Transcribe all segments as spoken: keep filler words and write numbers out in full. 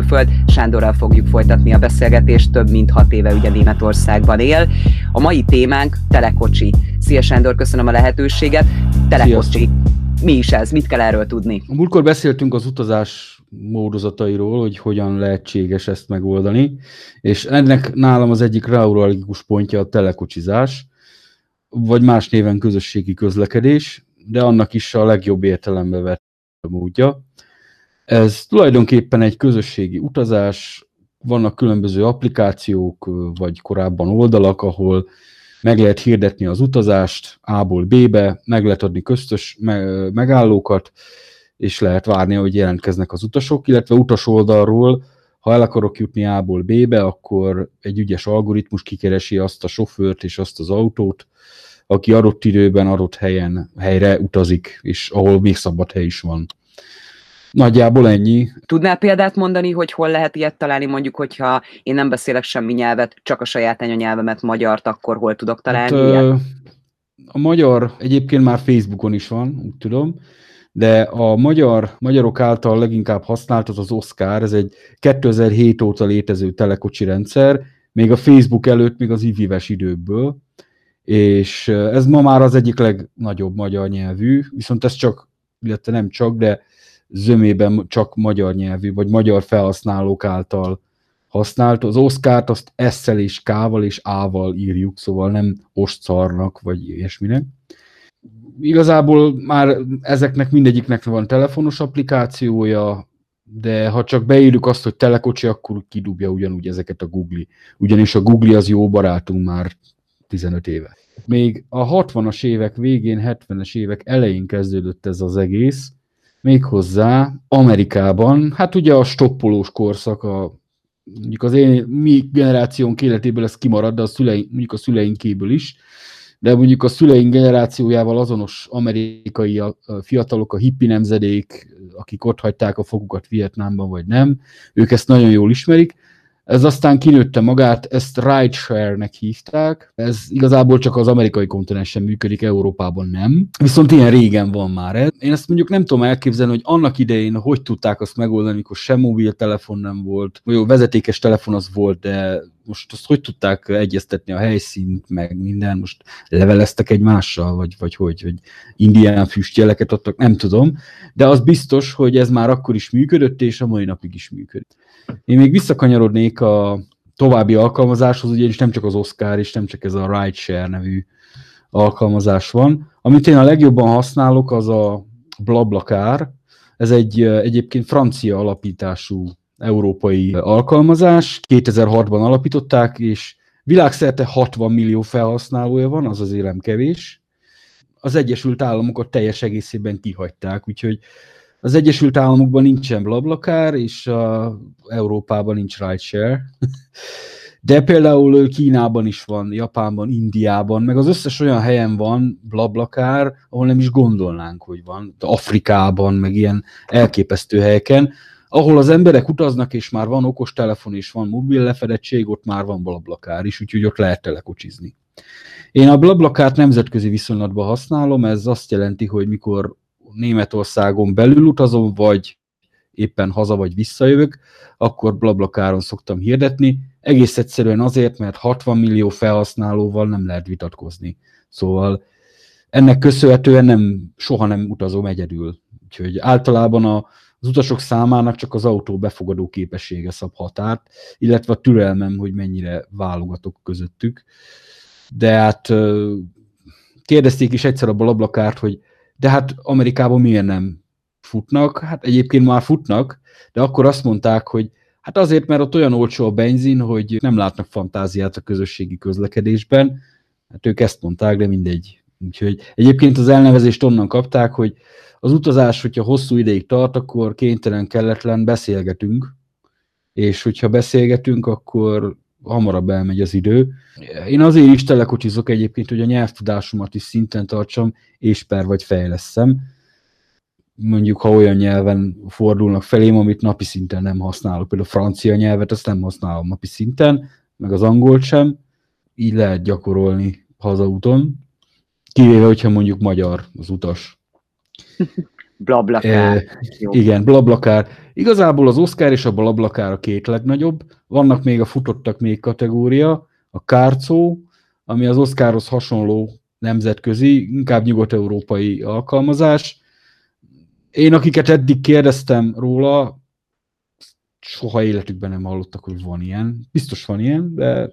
külföld. Sándorral fogjuk folytatni a beszélgetést, több mint hat éve ugye Németországban él. A mai témánk telekocsi. Szia Sándor, köszönöm a lehetőséget. Telekocsi. Sziasztok. Mi is ez? Mit kell erről tudni? A múltkor beszéltünk az utazás módozatairól, hogy hogyan lehetséges ezt megoldani, és ennek nálam az egyik neuralgikus pontja a telekocsizás, vagy más néven közösségi közlekedés, de annak is a legjobb értelembe vett módja. Ez tulajdonképpen egy közösségi utazás, vannak különböző applikációk, vagy korábban oldalak, ahol meg lehet hirdetni az utazást A-ból B-be, meg lehet adni köztös megállókat, és lehet várni, hogy jelentkeznek az utasok, illetve utas oldalról, ha el akarok jutni A-ból B-be, akkor egy ügyes algoritmus kikeresi azt a sofőrt és azt az autót, aki adott időben, adott helyen, helyre utazik, és ahol még szabad hely is van. Nagyjából ennyi. Tudnál példát mondani, hogy hol lehet ilyet találni, mondjuk, hogyha én nem beszélek semmi nyelvet, csak a saját anyanyelvemet, magyart, akkor hol tudok találni hát, ilyet? A magyar egyébként már Facebookon is van, úgy tudom, de a magyar, magyarok által leginkább használtat az Oscar, ez egy kétezer-hét óta létező telekocsi rendszer, még a Facebook előtt, még az ivíves időkből, és ez ma már az egyik legnagyobb magyar nyelvű, viszont ez csak, illetve nem csak, de zömében csak magyar nyelvű, vagy magyar felhasználók által használt. Az Oscart azt S-szel és K-val és A-val írjuk, szóval nem ostszarnak, vagy ilyesminek. Igazából már ezeknek mindegyiknek van telefonos applikációja, de ha csak beírjuk azt, hogy telekocsi, akkor kidobja ugyanúgy ezeket a Google. Ugyanis a Google az jó barátunk már tizenöt éve. Még a hatvanas évek végén, hetvenes évek elején kezdődött ez az egész, méghozzá Amerikában, hát ugye a stoppolós korszak, a, mondjuk az én, mi generációnk életéből ez kimarad, de a szüleink, mondjuk a szüleinkéből is, de mondjuk a szüleink generációjával azonos amerikai fiatalok, a hippi nemzedék, akik ott hagyták a fogukat Vietnámban, vagy nem, ők ezt nagyon jól ismerik. Ez aztán kinőtte magát, ezt rideshare-nek hívták, ez igazából csak az amerikai kontinensen működik, Európában nem. Viszont ilyen régen van már ez. Én ezt mondjuk nem tudom elképzelni, hogy annak idején hogy tudták azt megoldani, amikor sem mobiltelefon nem volt, vagy jó, vezetékes telefon az volt, de most azt hogy tudták egyeztetni a helyszínt, meg minden, most leveleztek egymással, vagy, vagy hogy, hogy indián füstjeleket adtak, nem tudom, de az biztos, hogy ez már akkor is működött, és a mai napig is működik. Én még visszakanyarodnék a további alkalmazáshoz, ugyanis nem csak az Oscar, és nem csak ez a Rideshare nevű alkalmazás van. Amit én a legjobban használok, az a BlaBlaCar. Ez egy egyébként francia alapítású európai alkalmazás. kétezer-hatban alapították, és világszerte hatvan millió felhasználója van, az azért nem kevés. Az Egyesült Államokat teljes egészében kihagyták, úgyhogy az Egyesült Államokban nincsen BlaBlaCar, és uh, Európában nincs Rideshare. De például Kínában is van, Japánban, Indiában, meg az összes olyan helyen van BlaBlaCar, ahol nem is gondolnánk, hogy van. Afrikában, meg ilyen elképesztő helyeken, ahol az emberek utaznak, és már van okostelefon, és van mobil lefedettség, ott már van BlaBlaCar is, úgyhogy ott lehet telekocsizni. Én a BlaBlaCart nemzetközi viszonylatban használom, ez azt jelenti, hogy mikor Németországon belül utazom, vagy éppen haza vagy visszajövök, akkor BlaBlaCaron szoktam hirdetni. Egész egyszerűen azért, mert hatvan millió felhasználóval nem lehet vitatkozni. Szóval ennek köszönhetően nem, soha nem utazom egyedül. Úgyhogy általában a, az utasok számának csak az autó befogadó képessége szab határt, illetve a türelmem, hogy mennyire válogatok közöttük. De hát kérdezték is egyszer a BlaBlaCart, hogy de hát Amerikában miért nem futnak? Hát egyébként már futnak, de akkor azt mondták, hogy hát azért, mert ott olyan olcsó a benzin, hogy nem látnak fantáziát a közösségi közlekedésben. Hát ők ezt mondták, de mindegy. Úgyhogy egyébként az elnevezést onnan kapták, hogy az utazás, hogyha hosszú ideig tart, akkor kénytelen, kelletlen beszélgetünk, és hogyha beszélgetünk, akkor hamarabb elmegy az idő. Én azért is telekocsizok egyébként, hogy a nyelvtudásomat is szinten tartsam, és per vagy fejlesszem. Mondjuk, ha olyan nyelven fordulnak felém, amit napi szinten nem használok. Például a francia nyelvet, azt nem használom napi szinten, meg az angolt sem. Így lehet gyakorolni hazaúton. Kivéve, hogyha mondjuk magyar az utas. BlaBlaCar. E, igen, BlaBlaCar. Igazából az Oscar és a BlaBlaCar a két legnagyobb, vannak még a futottak még kategória, a Kárcó, ami az Oscarhoz hasonló nemzetközi, inkább nyugat-európai alkalmazás. Én, akiket eddig kérdeztem róla, soha életükben nem hallottak, hogy van ilyen. Biztos van ilyen, de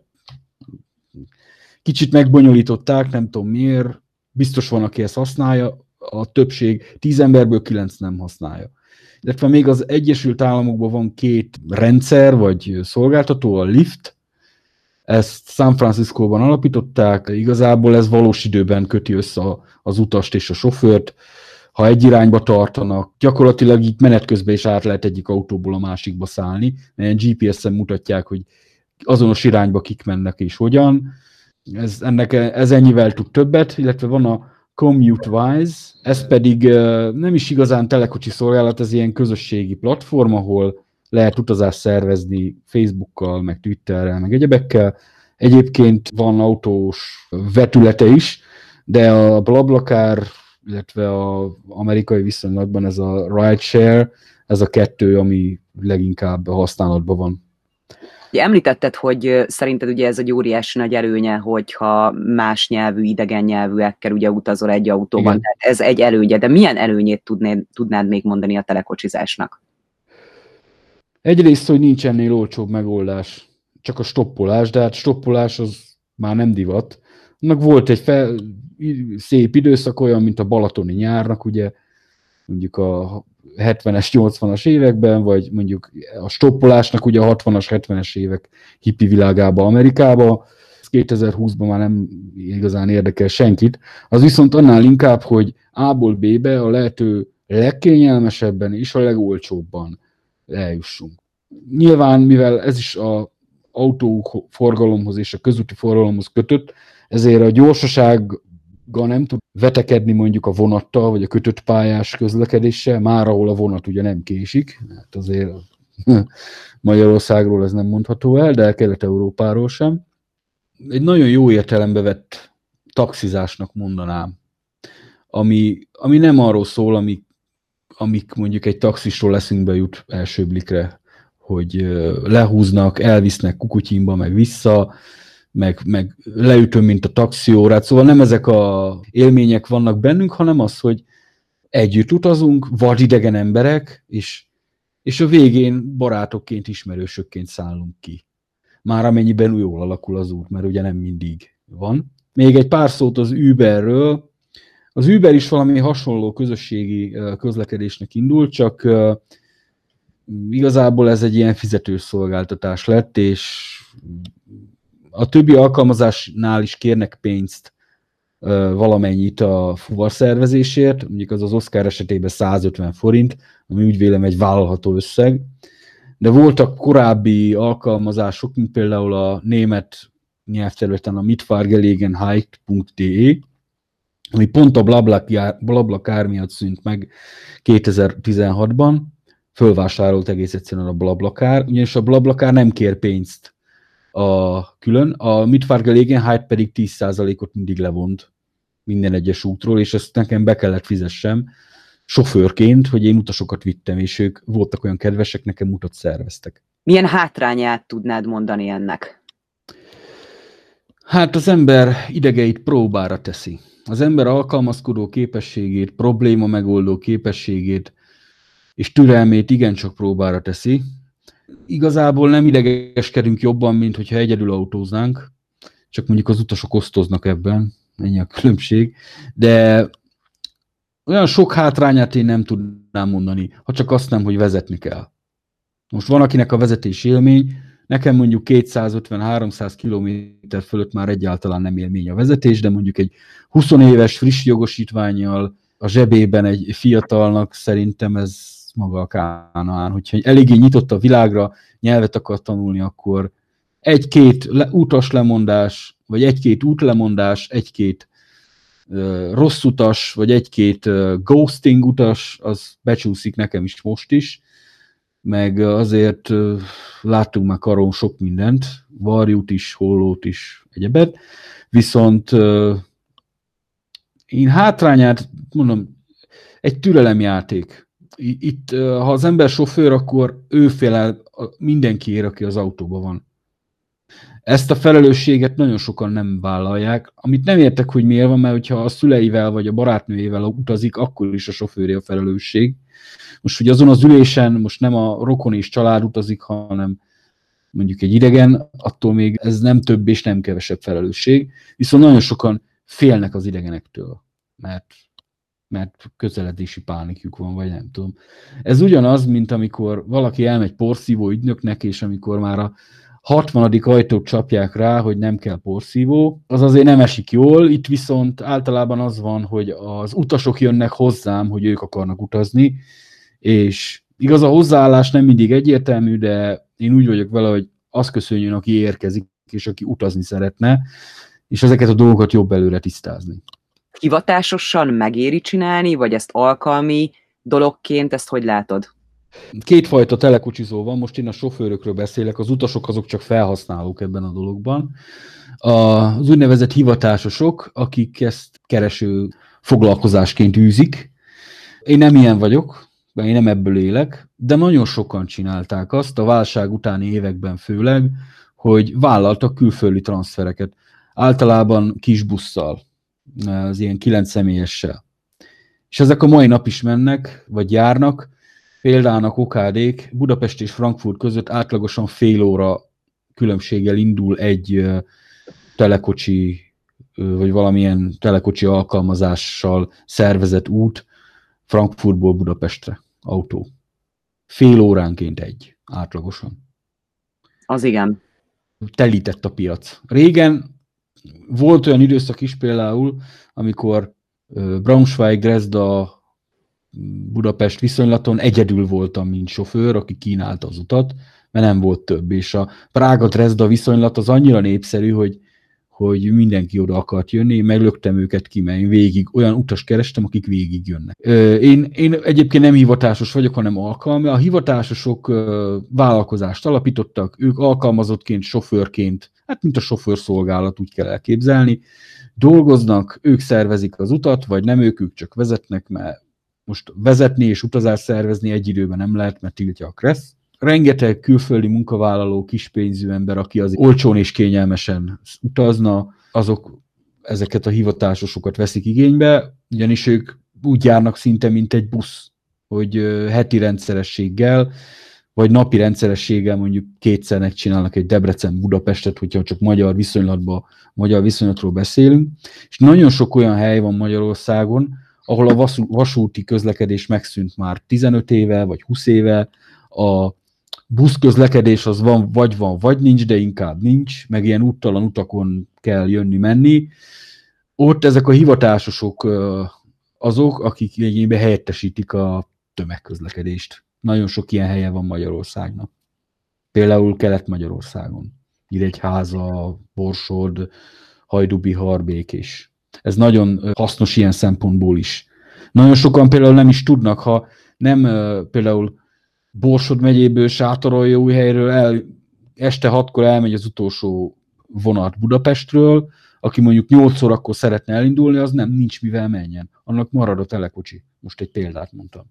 kicsit megbonyolították, nem tudom miért. Biztos van, aki ezt használja, a többség, tíz emberből kilenc nem használja. Illetve még az Egyesült Államokban van két rendszer, vagy szolgáltató, a Lyft, ezt San Franciscóban alapították, igazából ez valós időben köti össze az utast és a sofőrt, ha egy irányba tartanak, gyakorlatilag itt menet közben is át lehet egyik autóból a másikba szállni, mert gé pé es-en mutatják, hogy azonos irányba kik mennek és hogyan. Ez, ennek, ez ennyivel tud többet, illetve van a CommuteWise, ez pedig nem is igazán telekocsi szolgálat, ez ilyen közösségi platform, ahol lehet utazást szervezni Facebookkal, meg Twitterrel, meg egyebekkel. Egyébként van autós vetülete is, de a BlaBlaCar, illetve az amerikai viszonylatban ez a rideshare, ez a kettő, ami leginkább használatban van. Említetted, hogy szerinted ugye ez egy óriási nagy előnye, hogyha más nyelvű, idegen nyelvűekkel ugye utazol egy autóban. Tehát ez egy előnye, de milyen előnyét tudnéd, tudnád még mondani a telekocsizásnak? Egyrészt, hogy nincs ennél olcsóbb megoldás, csak a stoppolás, de hát stoppolás az már nem divat. Annak volt egy fel, szép időszak, olyan, mint a balatoni nyárnak, ugye, mondjuk a hetvenes, nyolcvanas években, vagy mondjuk a stoppolásnak ugye a hatvanas, hetvenes évek hippi világába, Amerikába. Ez kétezer-húszban már nem igazán érdekel senkit. Az viszont annál inkább, hogy A-ból B-be a lehető legkényelmesebben és a legolcsóbban eljussunk. Nyilván, mivel ez is az autóforgalomhoz és a közúti forgalomhoz kötött, ezért a gyorsasággal nem tud vetekedni mondjuk a vonattal, vagy a kötött pályás közlekedéssel, már ahol a vonat ugye nem késik, hát azért Magyarországról ez nem mondható el, de Kelet-Európáról sem. Egy nagyon jó értelembe vett taxizásnak mondanám, ami, ami nem arról szól, ami, amik mondjuk egy taxisról eszünkbe jut első blikre, hogy lehúznak, elvisznek Kukutyinba, meg vissza, meg, meg leütöm, mint a taxiórát. Szóval nem ezek a élmények vannak bennünk, hanem az, hogy együtt utazunk, vadidegen emberek, és, és a végén barátokként, ismerősökként szállunk ki. Már amennyiben jól alakul az út, mert ugye nem mindig van. Még egy pár szót az Uberről. Az Uber is valami hasonló közösségi közlekedésnek indult, csak igazából ez egy ilyen fizetős szolgáltatás lett, és a többi alkalmazásnál is kérnek pénzt valamennyit a fuvar szervezésért, mondjuk az az Oscar esetében százötven forint, ami úgy vélem egy vállalható összeg, de voltak korábbi alkalmazások, mint például a német nyelvterületen a mitfahrgelegenheit pont de, ami pont a BlaBlaCar miatt szűnt meg kétezer-tizenhatban, fölvásárolt egész egyszerűen a BlaBlaCar, ugyanis a BlaBlaCar nem kér pénzt a külön, a mitfahrgelegenheit pedig tíz százalékot mindig levont minden egyes útról, és ezt nekem be kellett fizessem sofőrként, hogy én utasokat vittem, és ők voltak olyan kedvesek, nekem utat szerveztek. Milyen hátrányát tudnád mondani ennek? Hát az ember idegeit próbára teszi. Az ember alkalmazkodó képességét, probléma megoldó képességét és türelmét igencsak próbára teszi. Igazából nem idegeskedünk jobban, mint hogyha egyedül autóznánk, csak mondjuk az utasok osztoznak ebben, ennyi a különbség, de olyan sok hátrányát én nem tudnám mondani, ha csak azt nem, hogy vezetni kell. Most van, akinek a vezetés élmény, nekem mondjuk kétszázötven-háromszáz kilométer fölött már egyáltalán nem élmény a vezetés, de mondjuk egy húsz éves friss jogosítvánnyal a zsebében egy fiatalnak szerintem ez maga a Kánaán. Hogyha eléggé nyitott a világra, nyelvet akar tanulni, akkor egy-két le, utas lemondás, vagy egy-két útlemondás, egy-két uh, rossz utas, vagy egy-két uh, ghosting utas, az becsúszik nekem is most is, meg azért uh, láttunk már karon sok mindent, varjút is, hollót is, egyebet, viszont uh, én hátrányát, mondom, egy türelemjáték. Itt, ha az ember sofőr, akkor ő félel mindenkiért, aki az autóban van. Ezt a felelősséget nagyon sokan nem vállalják, amit nem értek, hogy miért van, mert hogyha a szüleivel vagy a barátnőjével utazik, akkor is a sofőré a felelősség. Most, hogy azon az ülésen most nem a rokon és család utazik, hanem mondjuk egy idegen, attól még ez nem több és nem kevesebb felelősség. Viszont nagyon sokan félnek az idegenektől, mert, mert közeledési pánikjuk van, vagy nem tudom. Ez ugyanaz, mint amikor valaki elmegy porszívó ügynöknek, és amikor már a hatvanadik ajtót csapják rá, hogy nem kell porszívó, az azért nem esik jól, itt viszont általában az van, hogy az utasok jönnek hozzám, hogy ők akarnak utazni, és igaz, a hozzáállás nem mindig egyértelmű, de én úgy vagyok vele, hogy az köszönjön, aki érkezik, és aki utazni szeretne, és ezeket a dolgokat jobb előre tisztázni. Hivatásosan megéri csinálni, vagy ezt alkalmi dologként, ezt hogy látod? Kétfajta telekocsizó van, most én a sofőrökről beszélek, az utasok azok csak felhasználók ebben a dologban. Az úgynevezett hivatásosok, akik ezt kereső foglalkozásként űzik. Én nem ilyen vagyok, mert én nem ebből élek, de nagyon sokan csinálták azt, a válság utáni években főleg, hogy vállaltak külföldi transzfereket. Általában kis busszal, az ilyen kilenc személyessel. És ezek a mai nap is mennek, vagy járnak. Például a kokádék Budapest és Frankfurt között átlagosan fél óra különbséggel indul egy telekocsi, vagy valamilyen telekocsi alkalmazással szervezett út Frankfurtból Budapestre, autó. Fél óránként egy, átlagosan. Az igen. Telített a piac. Régen volt olyan időszak is például, amikor Braunschweig, Dresda, Budapest viszonylaton egyedül voltam, mint sofőr, aki kínálta az utat, mert nem volt több, és a Prága-Dresda viszonylat az annyira népszerű, hogy, hogy mindenki oda akart jönni, én meglöktem őket ki, mert én végig olyan utas kerestem, akik végig jönnek. Én, én egyébként nem hivatásos vagyok, hanem alkalmi. A hivatásosok vállalkozást alapítottak, ők alkalmazottként, sofőrként, hát mint a sofőrszolgálat, úgy kell elképzelni, dolgoznak, ők szervezik az utat, vagy nem ők, ők csak vezetnek, mert most vezetni és utazást szervezni egy időben nem lehet, mert tiltja a Kressz. Rengeteg külföldi munkavállaló, kispénzű ember, aki az olcsón és kényelmesen utazna, azok ezeket a hivatásosokat veszik igénybe, ugyanis ők úgy járnak szinte, mint egy busz, hogy heti rendszerességgel, vagy napi rendszerességgel mondjuk kétszer csinálnak egy Debrecen-Budapestet, hogyha csak magyar viszonylatban, magyar viszonylatról beszélünk. És nagyon sok olyan hely van Magyarországon, ahol a vasúti közlekedés megszűnt már tizenöt éve, vagy húsz éve, a buszközlekedés az van, vagy van, vagy nincs, de inkább nincs, meg ilyen úttalan utakon kell jönni-menni. Ott ezek a hivatásosok azok, akik lényegében helyettesítik a tömegközlekedést. Nagyon sok ilyen helye van Magyarországnak. Például Kelet-Magyarországon. Nyíregyháza, Borsod, Hajdú-Bihar, Békés. Ez nagyon hasznos ilyen szempontból is. Nagyon sokan például nem is tudnak, ha nem például Borsod megyéből, Sátoraljaújhelyről el, este hatkor elmegy az utolsó vonat Budapestről, aki mondjuk nyolc órakor szeretne elindulni, az nem, nincs mivel menjen. Annak marad a telekocsi. Most egy példát mondtam.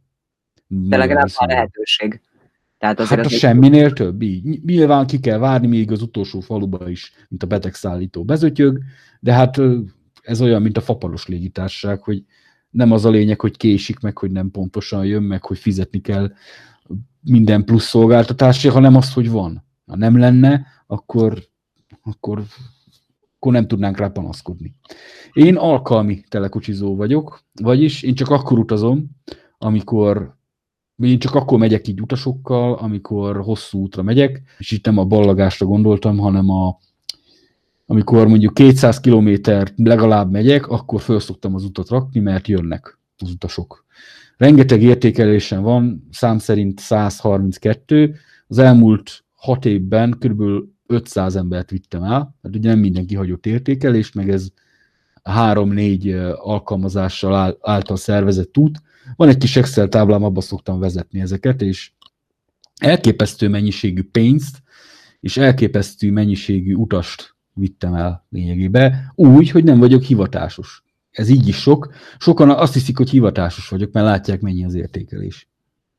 De legalább van lehetőség. Tehát azért hát az a semminél több. Így. Nyilván ki kell várni még az utolsó faluba is, mint a betegszállító bezötyög, de hát ez olyan, mint a fapados légitársaság, hogy nem az a lényeg, hogy késik meg, hogy nem pontosan jön meg, hogy fizetni kell minden plusz szolgáltatásra, hanem az, hogy van. Ha nem lenne, akkor, akkor, akkor nem tudnánk rá panaszkodni. Én alkalmi telekocsizó vagyok, vagyis én csak akkor utazom, amikor én csak akkor megyek így utasokkal, amikor hosszú útra megyek, és itt nem a ballagásra gondoltam, hanem a amikor mondjuk kétszáz kilométer legalább megyek, akkor föl szoktam az utat rakni, mert jönnek az utasok. Rengeteg értékelésen van, szám szerint száz harminckettő, az elmúlt hat évben kb. ötszáz embert vittem el, hát ugye nem mindenki hagyott értékelést, meg ez három-négy alkalmazással által szervezett út. Van egy kis Excel táblám, abba szoktam vezetni ezeket, és elképesztő mennyiségű pénzt, és elképesztő mennyiségű utast vittem el lényegében, úgy, hogy nem vagyok hivatásos. Ez így is sok. Sokan azt hiszik, hogy hivatásos vagyok, mert látják, mennyi az értékelés.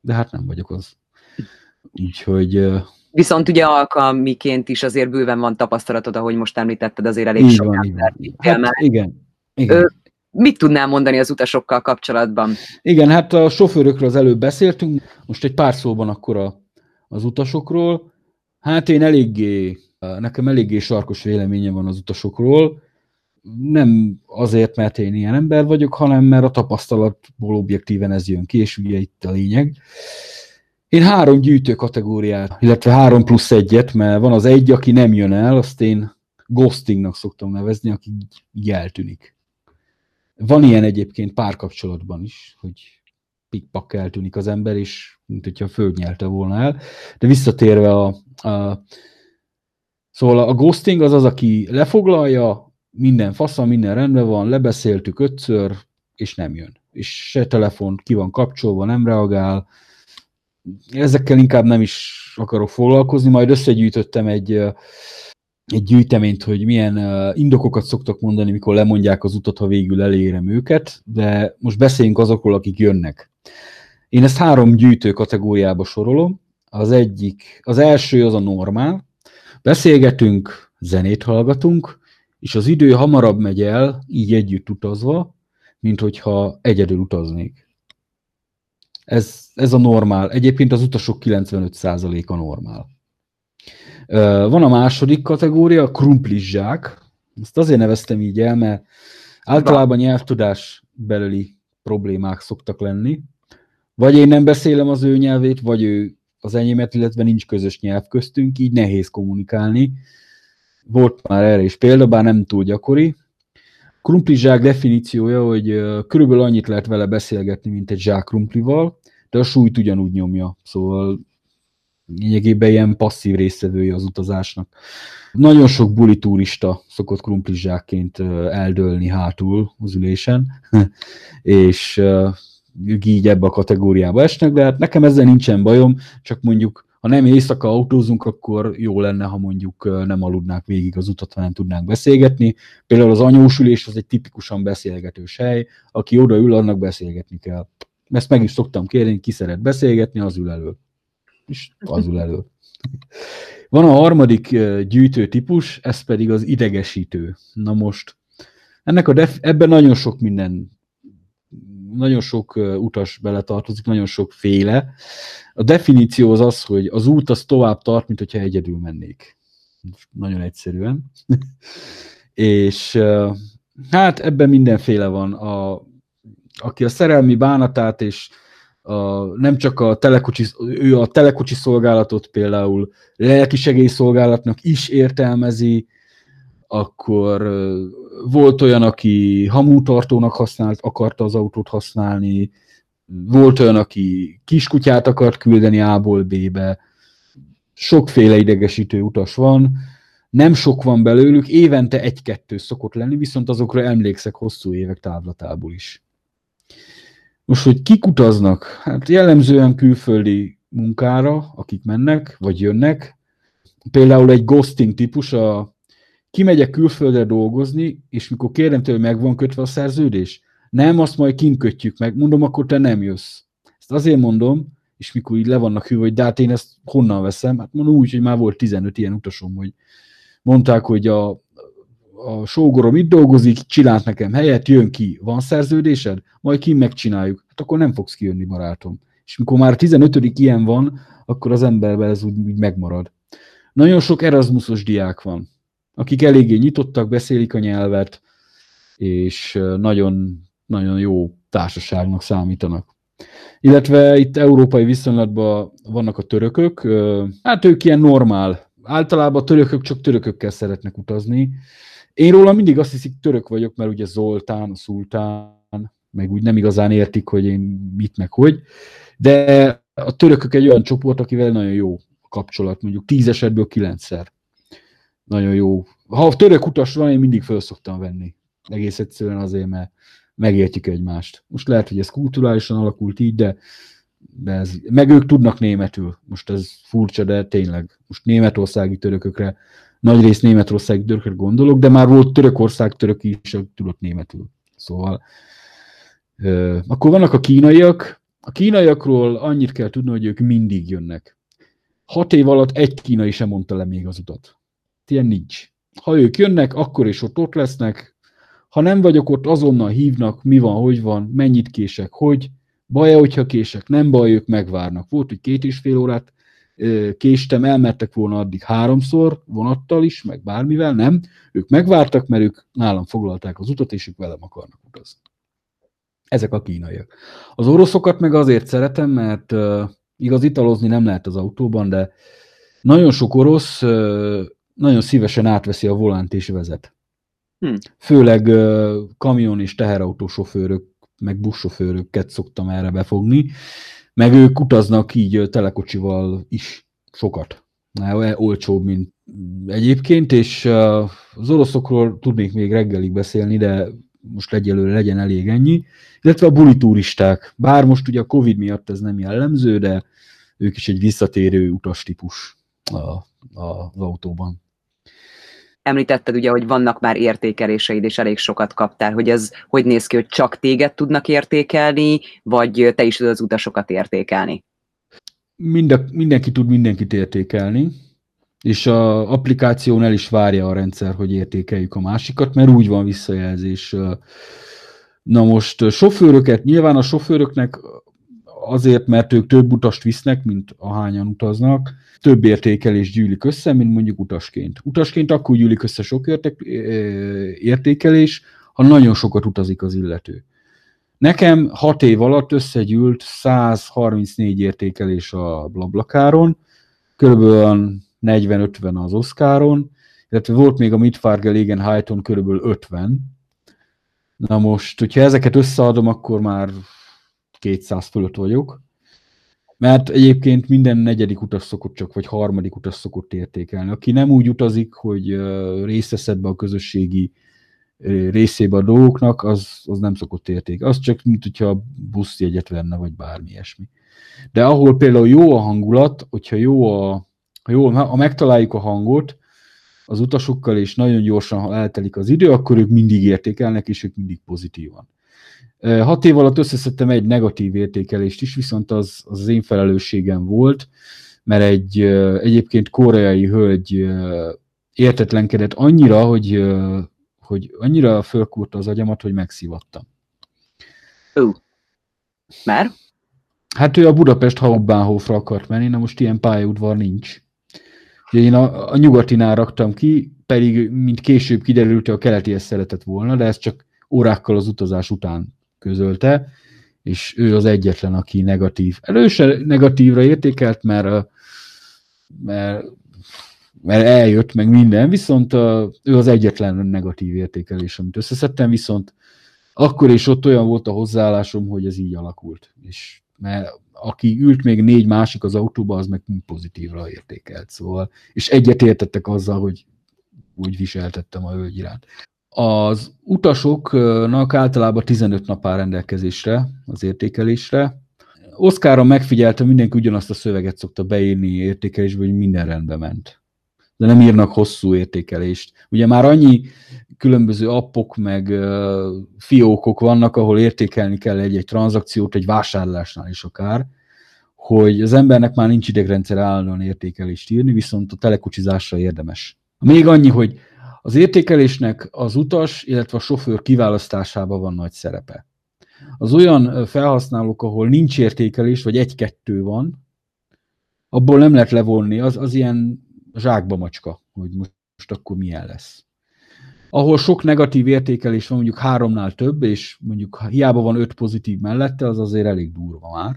de hát nem vagyok az. Úgyhogy... Viszont ugye alkalmiként is azért bőven van tapasztalatod, ahogy most említetted, azért elég így sok van, embert. Hát már. igen. igen. Ö, mit tudnál mondani az utasokkal kapcsolatban? Igen, hát a sofőrökről az előbb beszéltünk, most egy pár szóban akkor a, az utasokról. Hát én eléggé, nekem eléggé sarkos véleményem van az utasokról. Nem azért, mert én ilyen ember vagyok, hanem mert a tapasztalatból objektíven ez jön ki, és ugye itt a lényeg. Én három gyűjtő kategóriát, illetve három plusz egyet, mert van az egy, aki nem jön el, azt én ghostingnak szoktam nevezni, aki így eltűnik. Van ilyen egyébként párkapcsolatban is, hogy pikpak eltűnik az ember, és mint hogyha földnyelte volna el. De visszatérve a, a... Szóval a ghosting az az, aki lefoglalja, minden faszal, minden rendben van, lebeszéltük ötször, és nem jön. És se telefon ki van kapcsolva, nem reagál. Ezekkel inkább nem is akarok foglalkozni, majd összegyűjtöttem egy, egy gyűjteményt, hogy milyen indokokat szoktak mondani, mikor lemondják az utat, ha végül elérem őket, de most beszéljünk azokról, akik jönnek. Én ezt három gyűjtő kategóriába sorolom. Az egyik, az első az a normál. Beszélgetünk, zenét hallgatunk, és az idő hamarabb megy el, így együtt utazva, mint hogyha egyedül utaznék. Ez, ez a normál. Egyébként az utasok kilencvenöt százaléka normál. Van a második kategória, a krumplis zsák. Ezt azért neveztem így el, mert általában nyelvtudás belüli problémák szoktak lenni. Vagy én nem beszélem az ő nyelvét, vagy ő az enyémet, illetve nincs közös nyelv köztünk, így nehéz kommunikálni. Volt már erre is példa, bár nem túl gyakori. Krumplis zsák definíciója, hogy körülbelül annyit lehet vele beszélgetni, mint egy zsák krumplival, de a súlyt ugyanúgy nyomja, szóval lényegében ilyen passzív résztvevője az utazásnak. Nagyon sok buli turista szokott krumplis zsákként eldőlni hátul az ülésen, és ők így ebbe a kategóriába esnek, de hát nekem ezzel nincsen bajom, csak mondjuk, ha nem éjszaka autózunk, akkor jó lenne, ha mondjuk nem aludnák végig az utat, hanem tudnánk beszélgetni. Például az anyósülés az egy tipikusan beszélgetős hely, aki odaül, annak beszélgetni kell. Ezt meg is szoktam kérni, ki szeret beszélgetni, az ül elő. És az ül elő. Van a harmadik gyűjtő típus, ez pedig az idegesítő. Na most, ennek a def- ebben nagyon sok minden, nagyon sok utas beletartozik, nagyon sok féle. A definíció az az, hogy az út az tovább tart, mint hogyha egyedül mennék. Nagyon egyszerűen. És hát ebben mindenféle van. A, aki a szerelmi bánatát és a, nem csak a telekocsi, ő a telekocsi szolgálatot például lelkisegélyszolgálatnak is értelmezi, akkor volt olyan, aki hamutartónak használt, akarta az autót használni, volt olyan, aki kiskutyát akart küldeni A-ból B-be, sokféle idegesítő utas van, nem sok van belőlük, évente egy-kettő szokott lenni, viszont azokra emlékszek hosszú évek távlatából is. Most, hogy kik utaznak? Hát jellemzően külföldi munkára, akik mennek, vagy jönnek. Például egy ghosting típus, a kimegyek külföldre dolgozni, és mikor kérdem tőle, hogy meg van kötve a szerződés? Nem, azt majd kint kötjük meg. Mondom, akkor te nem jössz. Ezt azért mondom, és mikor így le vannak hűve, hogy de hát én ezt honnan veszem? Hát mondom úgy, hogy már volt tizenöt ilyen utasom, hogy mondták, hogy a, a sógorom itt dolgozik, csinált nekem helyet, jön ki, van szerződésed? Majd kint megcsináljuk. Hát akkor nem fogsz kijönni, barátom. És mikor már a tizenötödik ilyen van, akkor az emberben ez úgy, úgy megmarad. Nagyon sok Erasmusos diák van, akik eléggé nyitottak, beszélik a nyelvet, és nagyon, nagyon jó társaságnak számítanak. Illetve itt európai viszonylatban vannak a törökök, hát ők ilyen normál. Általában a törökök csak törökökkel szeretnek utazni. Én róla mindig azt hiszik, török vagyok, mert ugye Zoltán, a szultán, meg úgy nem igazán értik, hogy én mit meg hogy. De a törökök egy olyan csoport, akivel nagyon jó a kapcsolat, mondjuk tíz esetből kilencszer. Nagyon jó. Ha a török utas van, én mindig föl szoktam venni. Egész egyszerűen azért, mert megértjük egymást. Most lehet, hogy ez kulturálisan alakult így, de, de ez, meg ők tudnak németül. Most ez furcsa, de tényleg. Most németországi törökökre, nagyrészt németországi törökre gondolok, de már volt Törökország török is, aki tudott németül. Szóval. Euh, akkor vannak a kínaiak, A kínaiakról annyit kell tudni, hogy ők mindig jönnek. Hat év alatt egy kínai sem mondta le még az utat. Ilyen nincs. Ha ők jönnek, akkor is ott ott lesznek. Ha nem vagyok ott, azonnal hívnak, mi van, hogy van, mennyit kések, hogy. Baj-e, hogyha kések? Nem baj, ők megvárnak. Volt, hogy két és fél órát késtem, elmertek volna addig háromszor, vonattal is, meg bármivel, nem. Ők megvártak, mert ők nálam foglalták az utat, és ők velem akarnak utazni. Ezek a kínaiak. Az oroszokat meg azért szeretem, mert uh, igaz, italozni nem lehet az autóban, de nagyon sok orosz uh, nagyon szívesen átveszi a volánt és vezet. Hmm. Főleg uh, kamion és teherautó sofőrök, meg buszsofőröket szoktam erre befogni, meg ők utaznak így uh, telekocsival is sokat. Na, olcsóbb, mint egyébként, és uh, az oroszokról tudnék még reggelig beszélni, de most egyelőre legyen elég ennyi, illetve a buli turisták. Bár most ugye a Covid miatt ez nem jellemző, de ők is egy visszatérő utastípus a, a, az autóban. Említetted ugye, hogy vannak már értékeléseid, és elég sokat kaptál, hogy ez hogy néz ki, hogy csak téged tudnak értékelni, vagy te is tudod az utasokat értékelni? Mind, mindenki tud mindenkit értékelni, és az applikáción el is várja a rendszer, hogy értékeljük a másikat, mert úgy van visszajelzés. Na most sofőröket, nyilván a sofőröknek azért, mert ők több utast visznek, mint ahányan utaznak, több értékelés gyűlik össze, mint mondjuk utasként. Utasként akkor gyűlik össze sok értékelés, ha nagyon sokat utazik az illető. Nekem hat év alatt összegyűlt százharmincnégy értékelés a BlaBlaCaron, körülbelül negyven-ötven az Oscaron, illetve volt még a Mitfahrgelegen-Heighton körülbelül ötven. Na most, hogyha ezeket összeadom, akkor már kétszáz fölött vagyok. Mert egyébként minden negyedik utas szokott csak, vagy harmadik utas szokott értékelni. Aki nem úgy utazik, hogy részt vesz be a közösségi részébe a dolgoknak, az, az nem szokott értékelni. Az csak, mint hogyha buszjegyet venne, vagy bármi ilyesmi. De ahol például jó a hangulat, hogyha jó a Ha jól, ha megtaláljuk a hangot az utasokkal, és nagyon gyorsan eltelik az idő, akkor ők mindig értékelnek, és ők mindig pozitívan. Hat év alatt összeszedtem egy negatív értékelést is, viszont az az, az én felelősségem volt, mert egy egyébként koreai hölgy értetlenkedett annyira, hogy, hogy annyira fölkúrta az agyamat, hogy megszivattam. Ó. Már? Hát ő a Budapest Hauptbahnhofra akart menni, na most ilyen pályaudvar nincs. Én a, a nyugatinál raktam ki, pedig, mint később kiderült, a keletihez szeretett volna, de ezt csak órákkal az utazás után közölte, és ő az egyetlen, aki negatív. Először negatívra értékelt, mert, mert, mert eljött meg minden, viszont ő az egyetlen negatív értékelés, amit összeszedtem, viszont akkor és ott olyan volt a hozzáállásom, hogy ez így alakult. És mert aki ült még négy másik az autóba, az meg pozitívra értékelt. Szóval, és egyet értettek azzal, hogy úgy viseltettem a hölgy iránt. Az utasoknak általában tizenöt nap áll rendelkezésre az értékelésre. Oscaron megfigyeltem, mindenki ugyanazt a szöveget szokta beírni értékelésbe, hogy minden rendben ment. De nem írnak hosszú értékelést. Ugye már annyi különböző appok, meg uh, fiókok vannak, ahol értékelni kell egy-egy tranzakciót, egy vásárlásnál is akár, hogy az embernek már nincs idegrendszer állandóan értékelést írni, viszont a telekocsizásra érdemes. Még annyi, hogy az értékelésnek az utas, illetve a sofőr kiválasztásában van nagy szerepe. Az olyan felhasználók, ahol nincs értékelés, vagy egy-kettő van, abból nem lehet levonni, az, az ilyen zsákba macska, hogy most akkor milyen lesz. Ahol sok negatív értékelés van, mondjuk háromnál több, és mondjuk hiába van öt pozitív mellette, az azért elég durva már.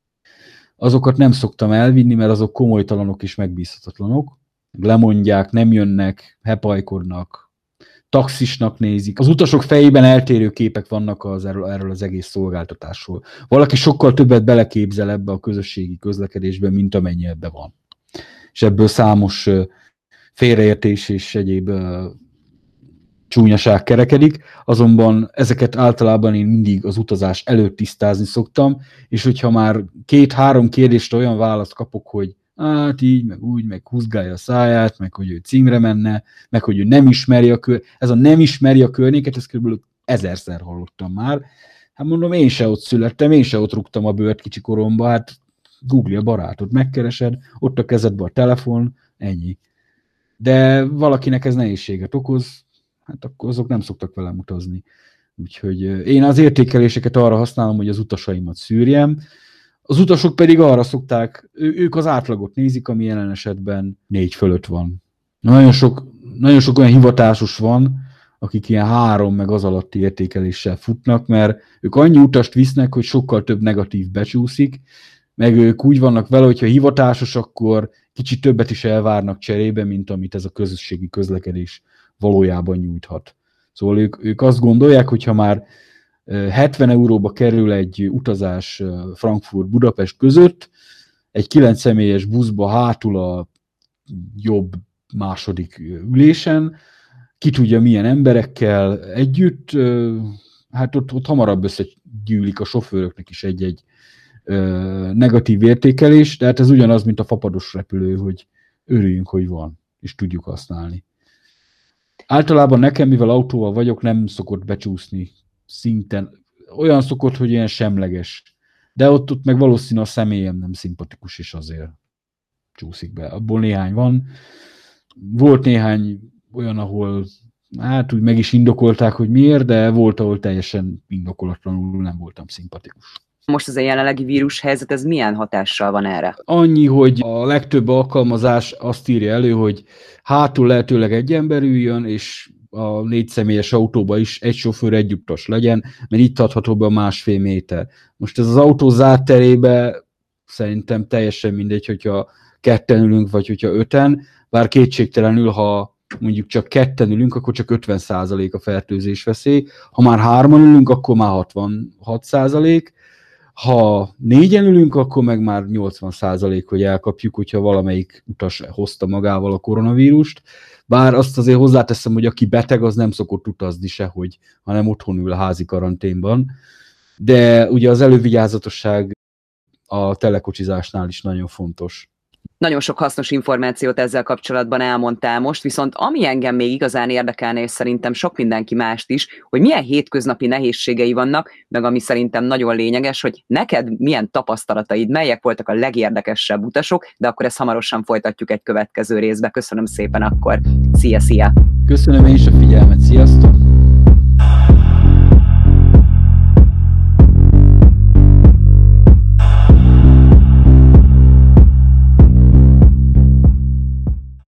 Azokat nem szoktam elvinni, mert azok komolytalanok és megbízhatatlanok. Lemondják, nem jönnek, hepajkodnak, taxisnak nézik. Az utasok fejében eltérő képek vannak az, erről, erről az egész szolgáltatásról. Valaki sokkal többet beleképzel ebbe a közösségi közlekedésbe, mint amennyi ebbe van. És ebből számos félreértés és egyéb csúnyaság kerekedik, azonban ezeket általában én mindig az utazás előtt tisztázni szoktam, és hogyha már két-három kérdésre olyan választ kapok, hogy hát így, meg úgy, meg húzgálja a száját, meg hogy ő címre menne, meg hogy ő nem ismeri a kör... Ez a nem ismeri a környéket, ezt kb. ezerszer hallottam már, Hát mondom, én se ott születtem, én se ott rúgtam a bőrt kicsi koromba, hát Google a barátod, megkeresed, ott a kezedben a telefon, ennyi. De valakinek ez nehézséget okoz, hát akkor azok nem szoktak velem utazni. Úgyhogy én az értékeléseket arra használom, hogy az utasaimat szűrjem, az utasok pedig arra szokták, ők az átlagot nézik, ami jelen esetben négy fölött van. Nagyon sok, nagyon sok olyan hivatásos van, akik ilyen három meg az alatti értékeléssel futnak, mert ők annyi utast visznek, hogy sokkal több negatív becsúszik, meg ők úgy vannak vele, hogyha hivatásos, akkor kicsit többet is elvárnak cserébe, mint amit ez a közösségi közlekedés valójában nyújthat. Szóval ők, ők azt gondolják, hogy ha már hetven euróba kerül egy utazás Frankfurt-Budapest között, egy kilenc személyes buszba hátul a jobb második ülésen, ki tudja milyen emberekkel együtt, hát ott, ott hamarabb összegyűlik a sofőröknek is egy-egy negatív értékelés, de hát ez ugyanaz, mint a fapados repülő, hogy örüljünk, hogy van, és tudjuk használni. Általában nekem, mivel autóval vagyok, nem szokott becsúszni szinten. Olyan szokott, hogy ilyen semleges. De ott, ott meg valószínű a személyem nem szimpatikus, és azért csúszik be. Abból néhány van. Volt néhány olyan, ahol hát úgy meg is indokolták, hogy miért, de volt, ahol teljesen indokolatlanul nem voltam szimpatikus. Most ez a jelenlegi vírushelyzet, ez milyen hatással van erre? Annyi, hogy a legtöbb alkalmazás azt írja elő, hogy hátul lehetőleg egy ember üljön, és a négy személyes autóba is egy sofőr, egy utas legyen, mert itt adható be a másfél méter. Most ez az autó zárt terébe szerintem teljesen mindegy, hogyha ketten ülünk, vagy hogyha öten, bár kétségtelenül, ha mondjuk csak ketten ülünk, akkor csak ötven százalék a fertőzés veszély, ha már hárman ülünk, akkor már hatvanhat százalék, ha négyen ülünk, akkor meg már nyolcvan százalék, hogy elkapjuk, hogyha valamelyik utas hozta magával a koronavírust. Bár azt azért hozzáteszem, hogy aki beteg, az nem szokott utazni sehogy, hanem otthon ül a házi karanténban. De ugye az elővigyázatosság a telekocsizásnál is nagyon fontos. Nagyon sok hasznos információt ezzel kapcsolatban elmondtál most, viszont ami engem még igazán érdekelne, és szerintem sok mindenki mást is, hogy milyen hétköznapi nehézségei vannak, meg ami szerintem nagyon lényeges, hogy neked milyen tapasztalataid, melyek voltak a legérdekesebb utasok, de akkor ezt hamarosan folytatjuk egy következő részbe. Köszönöm szépen akkor. Szia, szia! Köszönöm én is a figyelmet, sziasztok!